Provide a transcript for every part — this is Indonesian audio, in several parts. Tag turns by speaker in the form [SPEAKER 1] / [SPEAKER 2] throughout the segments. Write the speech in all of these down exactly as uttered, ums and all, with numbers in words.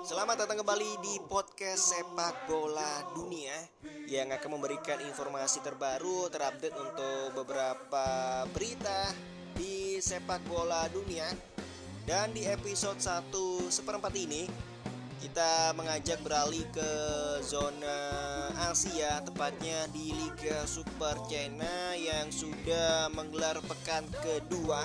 [SPEAKER 1] Selamat datang kembali di podcast sepak bola dunia yang akan memberikan informasi terbaru terupdate untuk beberapa berita di sepak bola dunia. Dan di episode satu seperempat ini kita mengajak beralih ke zona Asia, tepatnya di Liga Super China yang sudah menggelar pekan kedua.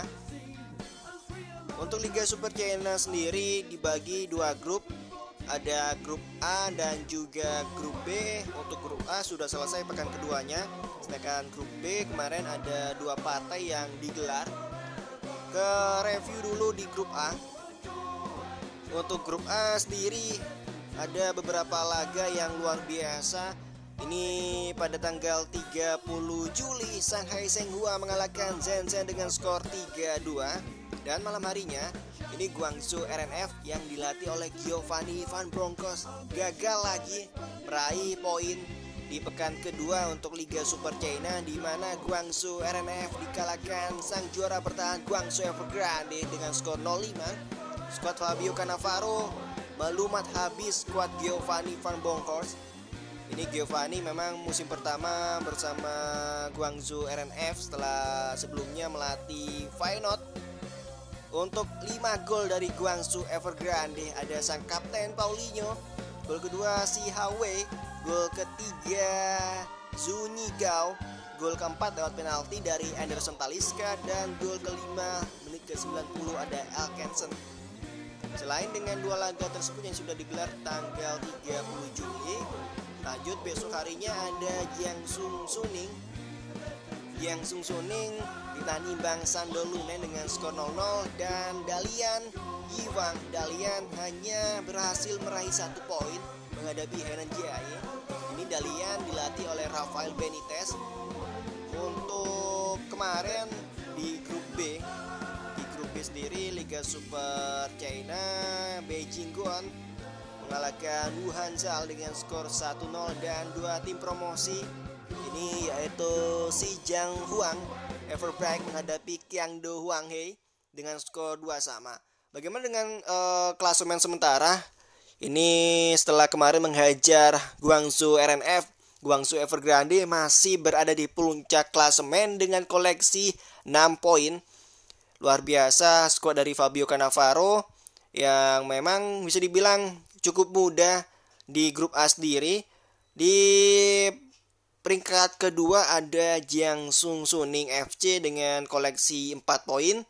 [SPEAKER 1] Untuk Liga Super China sendiri dibagi dua grup. Ada grup A dan juga grup B. Untuk grup A sudah selesai pekan keduanya, sedangkan grup B kemarin ada dua partai yang digelar. Ke review dulu di grup A. Untuk grup A sendiri ada beberapa laga yang luar biasa. Ini pada tanggal tiga puluh Juli Shanghai Shenhua mengalahkan Shenzhen dengan skor tiga dua. Dan malam harinya ini Guangzhou R N F yang dilatih oleh Giovanni Van Bronckhorst gagal lagi meraih poin di pekan kedua untuk Liga Super China, di mana Guangzhou R N F dikalahkan sang juara bertahan Guangzhou Evergrande dengan skor nol lima. Skuad Fabio Cannavaro melumat habis skuad Giovanni Van Bronckhorst. Ini Giovanni memang musim pertama bersama Guangzhou R N F setelah sebelumnya melatih Feyenoord. Untuk lima gol dari Guangzhou Evergrande ada sang kapten Paulinho, gol kedua si Hawei, gol ketiga Zhu Nigao, gol keempat lewat penalti dari Anderson Talisca, dan gol kelima menit ke sembilan puluh ada Elkensen. Selain dengan dua laga tersebut yang sudah digelar tanggal tiga puluh Juli, lanjut besok harinya ada Jiangsu Suning. Jiangsu Suning ditanding Shandong Luneng dengan skor nol nol, dan Dalian Yiwang Dalian hanya berhasil meraih satu poin menghadapi Henan Jaya. Ini Dalian dilatih oleh Rafael Benitez. Untuk kemarin di grup B, di grup B sendiri Liga Super China, Beijing Guoan mengalahkan Wuhan Zal dengan skor satu nol, dan dua tim promosi ini yaitu Xizang Huang Everbright menghadapi Qiangdo Huanghai dengan skor dua sama. Bagaimana dengan uh, klasemen sementara? Ini setelah kemarin menghajar Guangzhou R N F, Guangzhou Evergrande masih berada di puncak klasemen dengan koleksi enam poin. Luar biasa skuad dari Fabio Cannavaro yang memang bisa dibilang cukup mudah di grup A sendiri. Di peringkat kedua ada Jiangsu Suning F C dengan koleksi empat poin.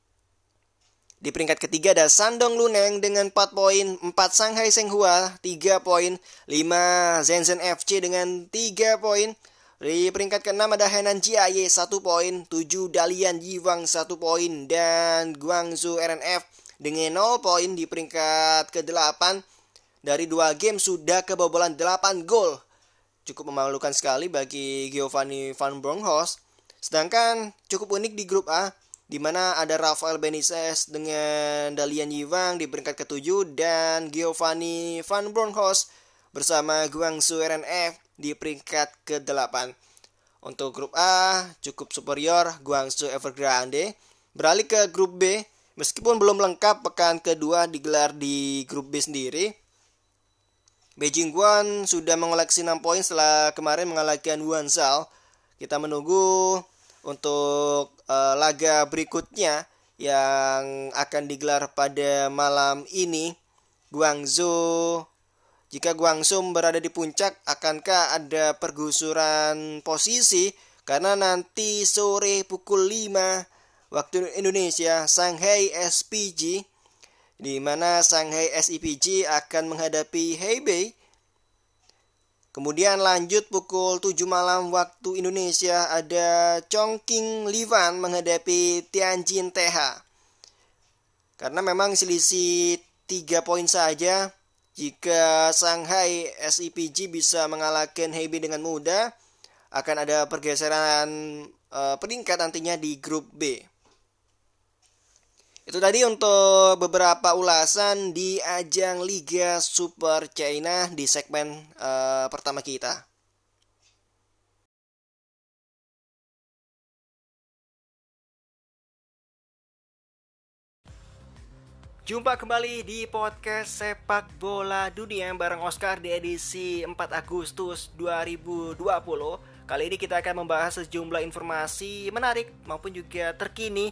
[SPEAKER 1] Di peringkat ketiga ada Shandong Luneng dengan empat poin, empat Shanghai Shenhua tiga poin, lima Shenzhen F C dengan tiga poin. Di peringkat keenam ada Henan Jaya satu poin, tujuh Dalian Yiwang satu poin, dan Guangzhou R N F dengan nol poin di peringkat kedelapan. Dari dua game sudah kebobolan delapan gol. Cukup memalukan sekali bagi Giovanni Van Bronckhorst. Sedangkan cukup unik di grup A, di mana ada Rafael Benitez dengan Dalian Yiwang di peringkat ketujuh, dan Giovanni Van Bronckhorst bersama Guangzhou R N F di peringkat kedelapan. Untuk grup A cukup superior Guangzhou Evergrande. Beralih ke grup B, meskipun belum lengkap pekan kedua digelar di grup B sendiri, Beijing Guoan sudah mengoleksi enam poin setelah kemarin mengalahkan Wuhan Zal. Kita menunggu untuk uh, laga berikutnya yang akan digelar pada malam ini. Guangzhou, jika Guangzhou berada di puncak, akankah ada pergusuran posisi? Karena nanti sore pukul lima waktu Indonesia, Shanghai S P G, di mana Shanghai S I P G akan menghadapi Hebei. Kemudian lanjut pukul tujuh malam waktu Indonesia ada Chongqing Livan menghadapi Tianjin T H. Karena memang selisih tiga poin saja, jika Shanghai S I P G bisa mengalahkan Hebei dengan mudah, akan ada pergeseran e, peringkat nantinya di grup B. Itu tadi untuk beberapa ulasan di ajang Liga Super China di segmen uh, pertama kita. Jumpa kembali di podcast Sepak Bola Dunia bareng Oscar di edisi empat Agustus dua ribu dua puluh. Kali ini kita akan membahas sejumlah informasi menarik maupun juga terkini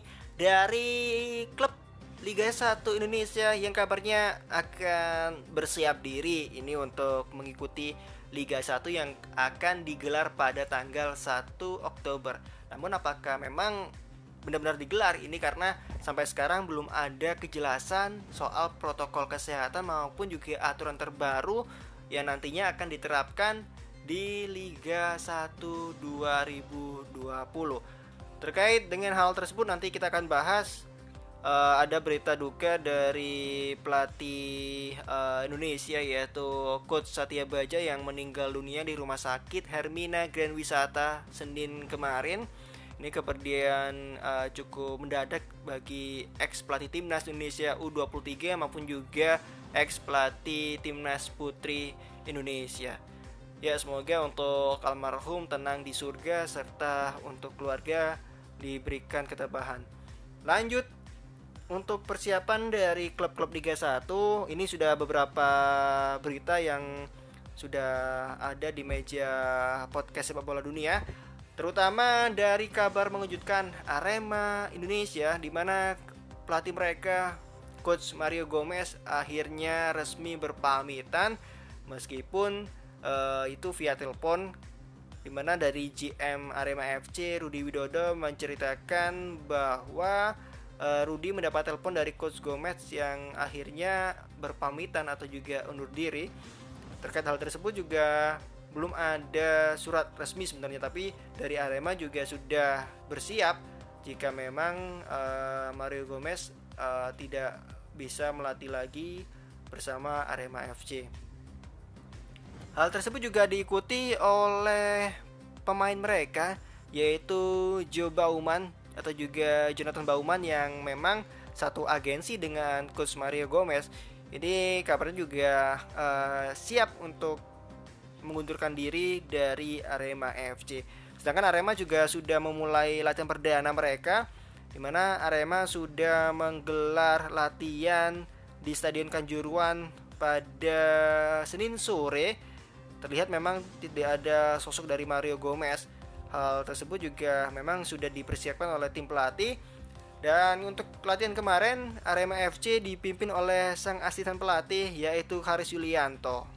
[SPEAKER 1] dari klub Liga satu Indonesia yang kabarnya akan bersiap diri ini untuk mengikuti Liga satu yang akan digelar pada tanggal satu Oktober. Namun apakah memang benar-benar digelar ini, karena sampai sekarang belum ada kejelasan soal protokol kesehatan maupun juga aturan terbaru yang nantinya akan diterapkan di Liga satu dua ribu dua puluh. Terkait dengan hal tersebut nanti kita akan bahas. Uh, ada berita duka dari pelatih uh, Indonesia yaitu Coach Satya Baja yang meninggal dunia di Rumah Sakit Hermina Grand Wisata Senin kemarin. Ini kepergian uh, cukup mendadak bagi ex pelatih timnas Indonesia U dua puluh tiga maupun juga ex pelatih timnas putri Indonesia. Ya, semoga untuk almarhum tenang di surga serta untuk keluarga diberikan ketabahan. Lanjut, untuk persiapan dari klub-klub Liga satu, ini sudah beberapa berita yang sudah ada di meja podcast Sepak Bola Dunia. Terutama dari kabar mengejutkan Arema Indonesia, di mana pelatih mereka Coach Mario Gomez akhirnya resmi berpamitan meskipun uh, itu via telepon, di mana dari G M Arema F C Rudi Widodo menceritakan bahwa uh, Rudi mendapat telepon dari Coach Gomez yang akhirnya berpamitan atau juga undur diri. Terkait hal tersebut juga belum ada surat resmi sebenarnya, tapi dari Arema juga sudah bersiap jika memang uh, Mario Gomez uh, tidak bisa melatih lagi bersama Arema F C. Hal tersebut juga diikuti oleh pemain mereka yaitu Joe Bauman atau juga Jonathan Bauman yang memang satu agensi dengan Coach Mario Gomez. Ini kabarnya juga uh, siap untuk mengundurkan diri dari Arema F C. Sedangkan Arema juga sudah memulai latihan perdana mereka, di mana Arema sudah menggelar latihan di Stadion Kanjuruhan pada Senin sore. Terlihat memang tidak ada sosok dari Mario Gomez. Hal tersebut juga memang sudah dipersiapkan oleh tim pelatih. Dan untuk latihan kemarin Arema F C dipimpin oleh sang asisten pelatih yaitu Haris Yulianto.